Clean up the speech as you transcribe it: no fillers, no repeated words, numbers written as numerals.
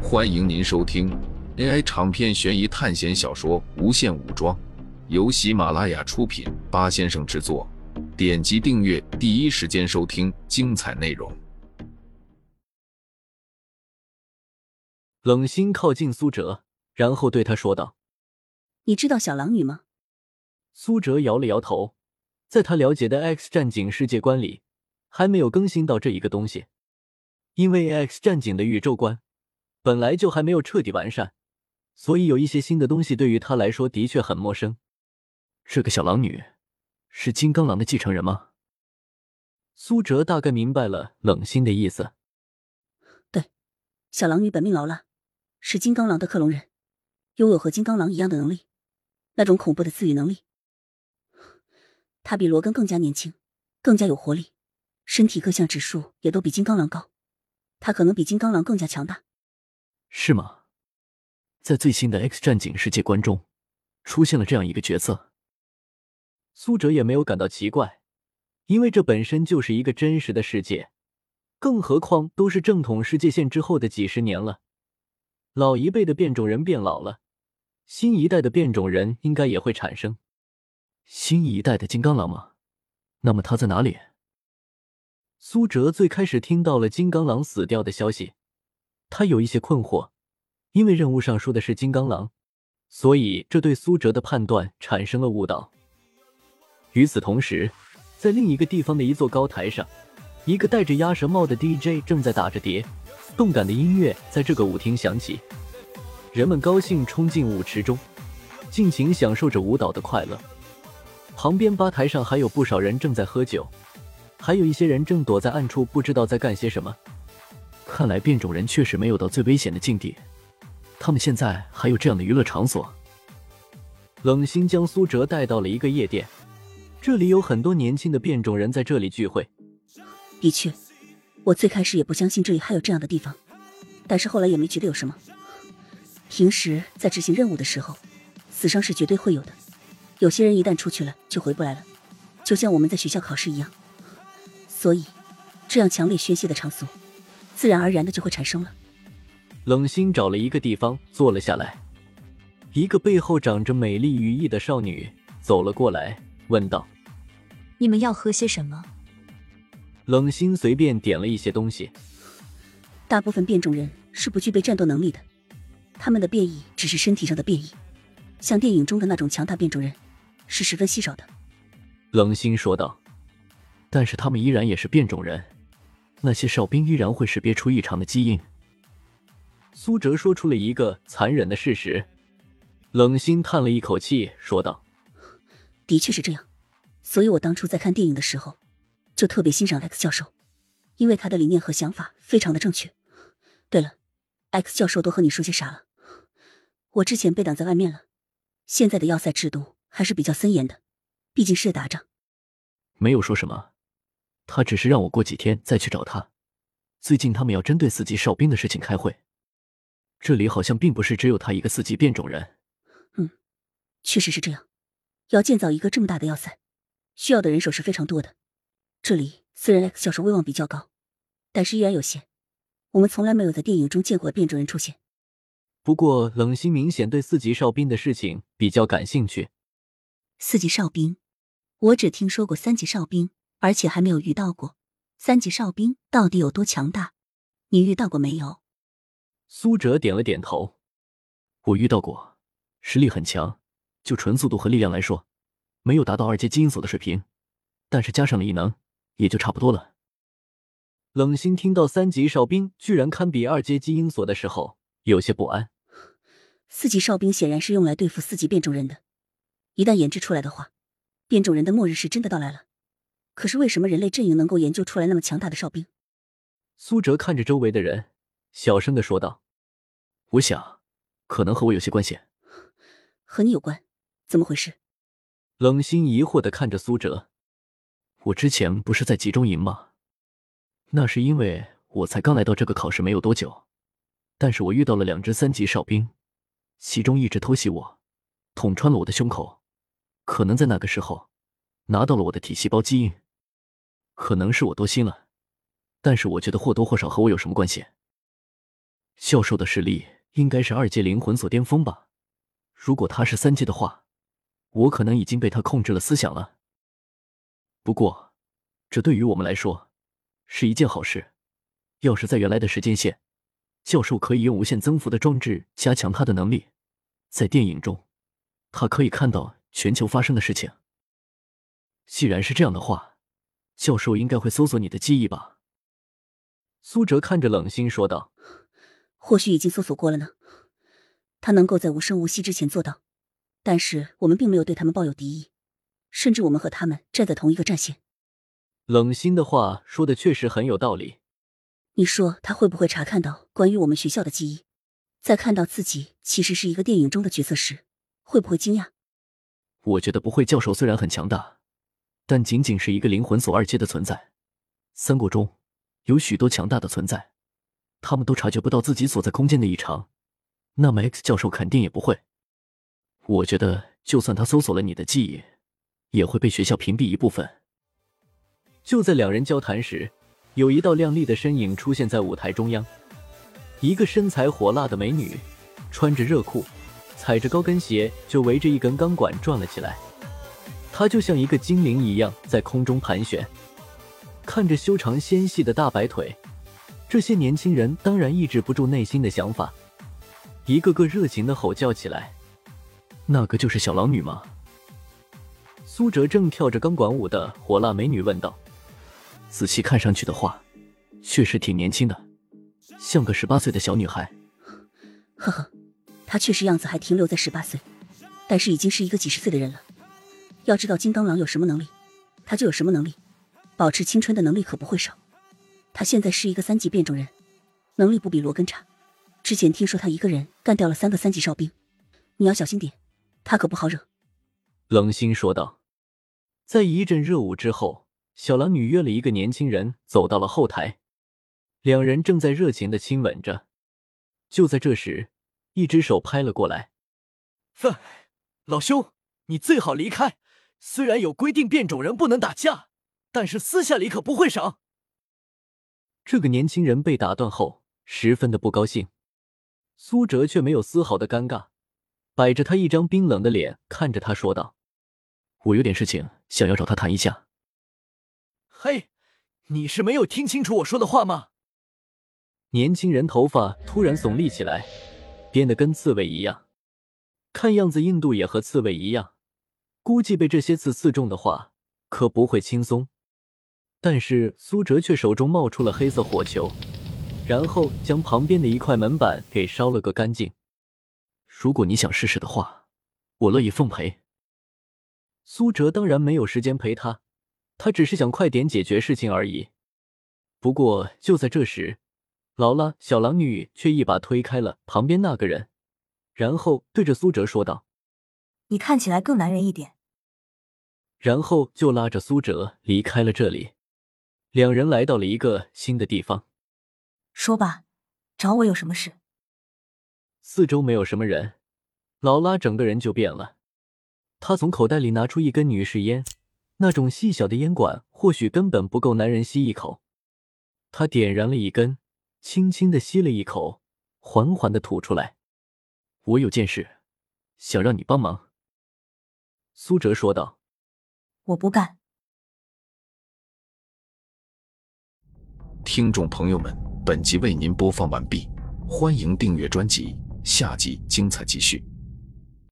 欢迎您收听 AI 长篇悬疑探险小说《无限武装》，由喜马拉雅出品，八先生制作。点击订阅，第一时间收听精彩内容。 冷心靠近苏哲，然后对他说道：“ 你知道小狼女吗？” 苏哲摇了摇头，在他了解的 X 战警世界观里，还没有更新到这一个东西，因为 X 战警的宇宙观本来就还没有彻底完善，所以有一些新的东西对于他来说的确很陌生。这个小狼女是金刚狼的继承人吗？苏哲大概明白了冷心的意思。 对，小狼女本命劳拉，是金刚狼的克隆人，拥有和金刚狼一样的能力，那种恐怖的自愈能力。她比罗根更加年轻，更加有活力，身体各项指数也都比金刚狼高，她可能比金刚狼更加强大。 是吗？在最新的 X 战警世界观中出现了这样一个角色。苏哲也没有感到奇怪，因为这本身就是一个真实的世界，更何况都是正统世界线之后的几十年了。老一辈的变种人变老了，新一代的变种人应该也会产生。新一代的金刚狼吗？那么他在哪里？苏哲最开始听到了金刚狼死掉的消息，他有一些困惑，因为任务上说的是金刚狼，所以这对苏哲的判断产生了误导。与此同时，在另一个地方的一座高台上，一个戴着鸭舌帽的 DJ 正在打着碟，动感的音乐在这个舞厅响起，人们高兴冲进舞池中，尽情享受着舞蹈的快乐。旁边吧台上还有不少人正在喝酒，还有一些人正躲在暗处不知道在干些什么。看来变种人确实没有到最危险的境地，他们现在还有这样的娱乐场所。冷心将苏哲带到了一个夜店，这里有很多年轻的变种人在这里聚会。 的确，我最开始也不相信这里还有这样的地方，但是后来也没觉得有什么。平时在执行任务的时候，死伤是绝对会有的，有些人一旦出去了就回不来了，就像我们在学校考试一样。所以这样强烈宣泄的场所自然而然的就会产生了。 冷心找了一个地方坐了下来，一个背后长着美丽羽翼的少女走了过来，问道：“ 你们要喝些什么？” 冷心随便点了一些东西。 大部分变种人是不具备战斗能力的，他们的变异只是身体上的变异，像电影中的那种强大变种人是十分稀少的。 冷心说道：“但是他们依然也是变种人，那些哨兵依然会识别出异常的基因。”苏哲说出了一个残忍的事实。冷心叹了一口气说道：“ 的确是这样，所以我当初在看电影的时候就特别欣赏 X 教授，因为他的理念和想法非常的正确。对了， X 教授都和你说些啥了？我之前被挡在外面了，现在的要塞制度还是比较森严的，毕竟是在打仗。” 没有说什么，他只是让我过几天再去找他。最近他们要针对4级哨兵的事情开会，这里好像并不是只有他一个4级变种人。 确实是这样，要建造一个这么大的要塞，需要的人手是非常多的。这里虽然 X 教授威望比较高，但是依然有限，我们从来没有在电影中见过变种人出现。 不过冷心明显对4级哨兵的事情比较感兴趣。 4级哨兵，我只听说过3级哨兵，而且还没有遇到过。3级哨兵到底有多强大？你遇到过没有？ 苏哲点了点头。我遇到过，实力很强，就纯速度和力量来说，没有达到2阶基因锁的水平，但是加上了异能，也就差不多了。冷心听到3级哨兵居然堪比2阶基因锁的时候，有些不安。 4级哨兵显然是用来对付4级变种人的，一旦研制出来的话，变种人的末日是真的到来了。可是为什么人类阵营能够研究出来那么强大的哨兵？ 苏哲看着周围的人，小声地说道：“我想，可能和我有些关系。” 和你有关？怎么回事？ 冷心疑惑地看着苏哲：“我之前不是在集中营吗？那是因为我才刚来到这个考试没有多久，但是我遇到了2只3级哨兵，其中一只偷袭我，捅穿了我的胸口，可能在那个时候拿到了我的体细胞基因。可能是我多心了，但是我觉得或多或少和我有什么关系。 教授的实力应该是2阶灵魂锁巅峰吧？如果他是3阶的话，我可能已经被他控制了思想了。不过，这对于我们来说是一件好事。要是在原来的时间线，教授可以用无限增幅的装置加强他的能力，在电影中，他可以看到全球发生的事情。既然是这样的话，教授应该会搜索你的记忆吧？苏哲看着冷心说道。 或许已经搜索过了呢。他能够在无声无息之前做到，但是我们并没有对他们抱有敌意，甚至我们和他们站在同一个战线。 冷心的话说的确实很有道理。 你说他会不会查看到关于我们学校的记忆，在看到自己其实是一个电影中的角色时，会不会惊讶？ 我觉得不会。教授虽然很强大，但仅仅是一个灵魂锁2阶的存在。三国中有许多强大的存在，他们都察觉不到自己所在空间的异常，那么 X 教授肯定也不会。我觉得就算他搜索了你的记忆，也会被学校屏蔽一部分。就在两人交谈时，有一道亮丽的身影出现在舞台中央，一个身材火辣的美女，穿着热裤，踩着高跟鞋就围着一根钢管转了起来。她就像一个精灵一样在空中盘旋。看着修长纤细的大白腿，这些年轻人当然抑制不住内心的想法，一个个热情地吼叫起来。那个就是小狼女吗？苏哲正跳着钢管舞的火辣美女问道。仔细看上去的话，确实挺年轻的，像个18岁的小女孩。 呵呵，她确实样子还停留在18岁，但是已经是一个几十岁的人了。要知道金刚狼有什么能力，他就有什么能力，保持青春的能力可不会少。他现在是一个3级变种人，能力不比罗根差。之前听说他一个人干掉了3个3级哨兵，你要小心点，他可不好惹。 冷心说道。在一阵热舞之后，小狼女约了一个年轻人走到了后台，两人正在热情地亲吻着。就在这时，一只手拍了过来。 老兄，你最好离开，虽然有规定变种人不能打架，但是私下里可不会赏。 这个年轻人被打断后十分的不高兴，苏哲却没有丝毫的尴尬，摆着他一张冰冷的脸看着他说道：我有点事情想要找他谈一下。 嘿，你是没有听清楚我说的话吗？ 年轻人头发突然耸立起来，编得跟刺猬一样，看样子硬度也和刺猬一样，估计被这些刺刺中的话可不会轻松。但是苏哲却手中冒出了黑色火球，然后将旁边的一块门板给烧了个干净。如果你想试试的话，我乐意奉陪。苏哲当然没有时间陪他，他只是想快点解决事情而已。不过就在这时，劳拉小狼女却一把推开了旁边那个人，然后对着苏哲说道： 你看起来更男人一点。 然后就拉着苏哲离开了这里。两人来到了一个新的地方。 说吧，找我有什么事？ 四周没有什么人，劳拉整个人就变了。她从口袋里拿出一根女士烟，那种细小的烟管或许根本不够男人吸一口。她点燃了一根，轻轻地吸了一口，缓缓地吐出来。我有件事想让你帮忙。苏哲说道。 我不干。 听众朋友们，本集为您播放完毕，欢迎订阅专辑，下集精彩继续。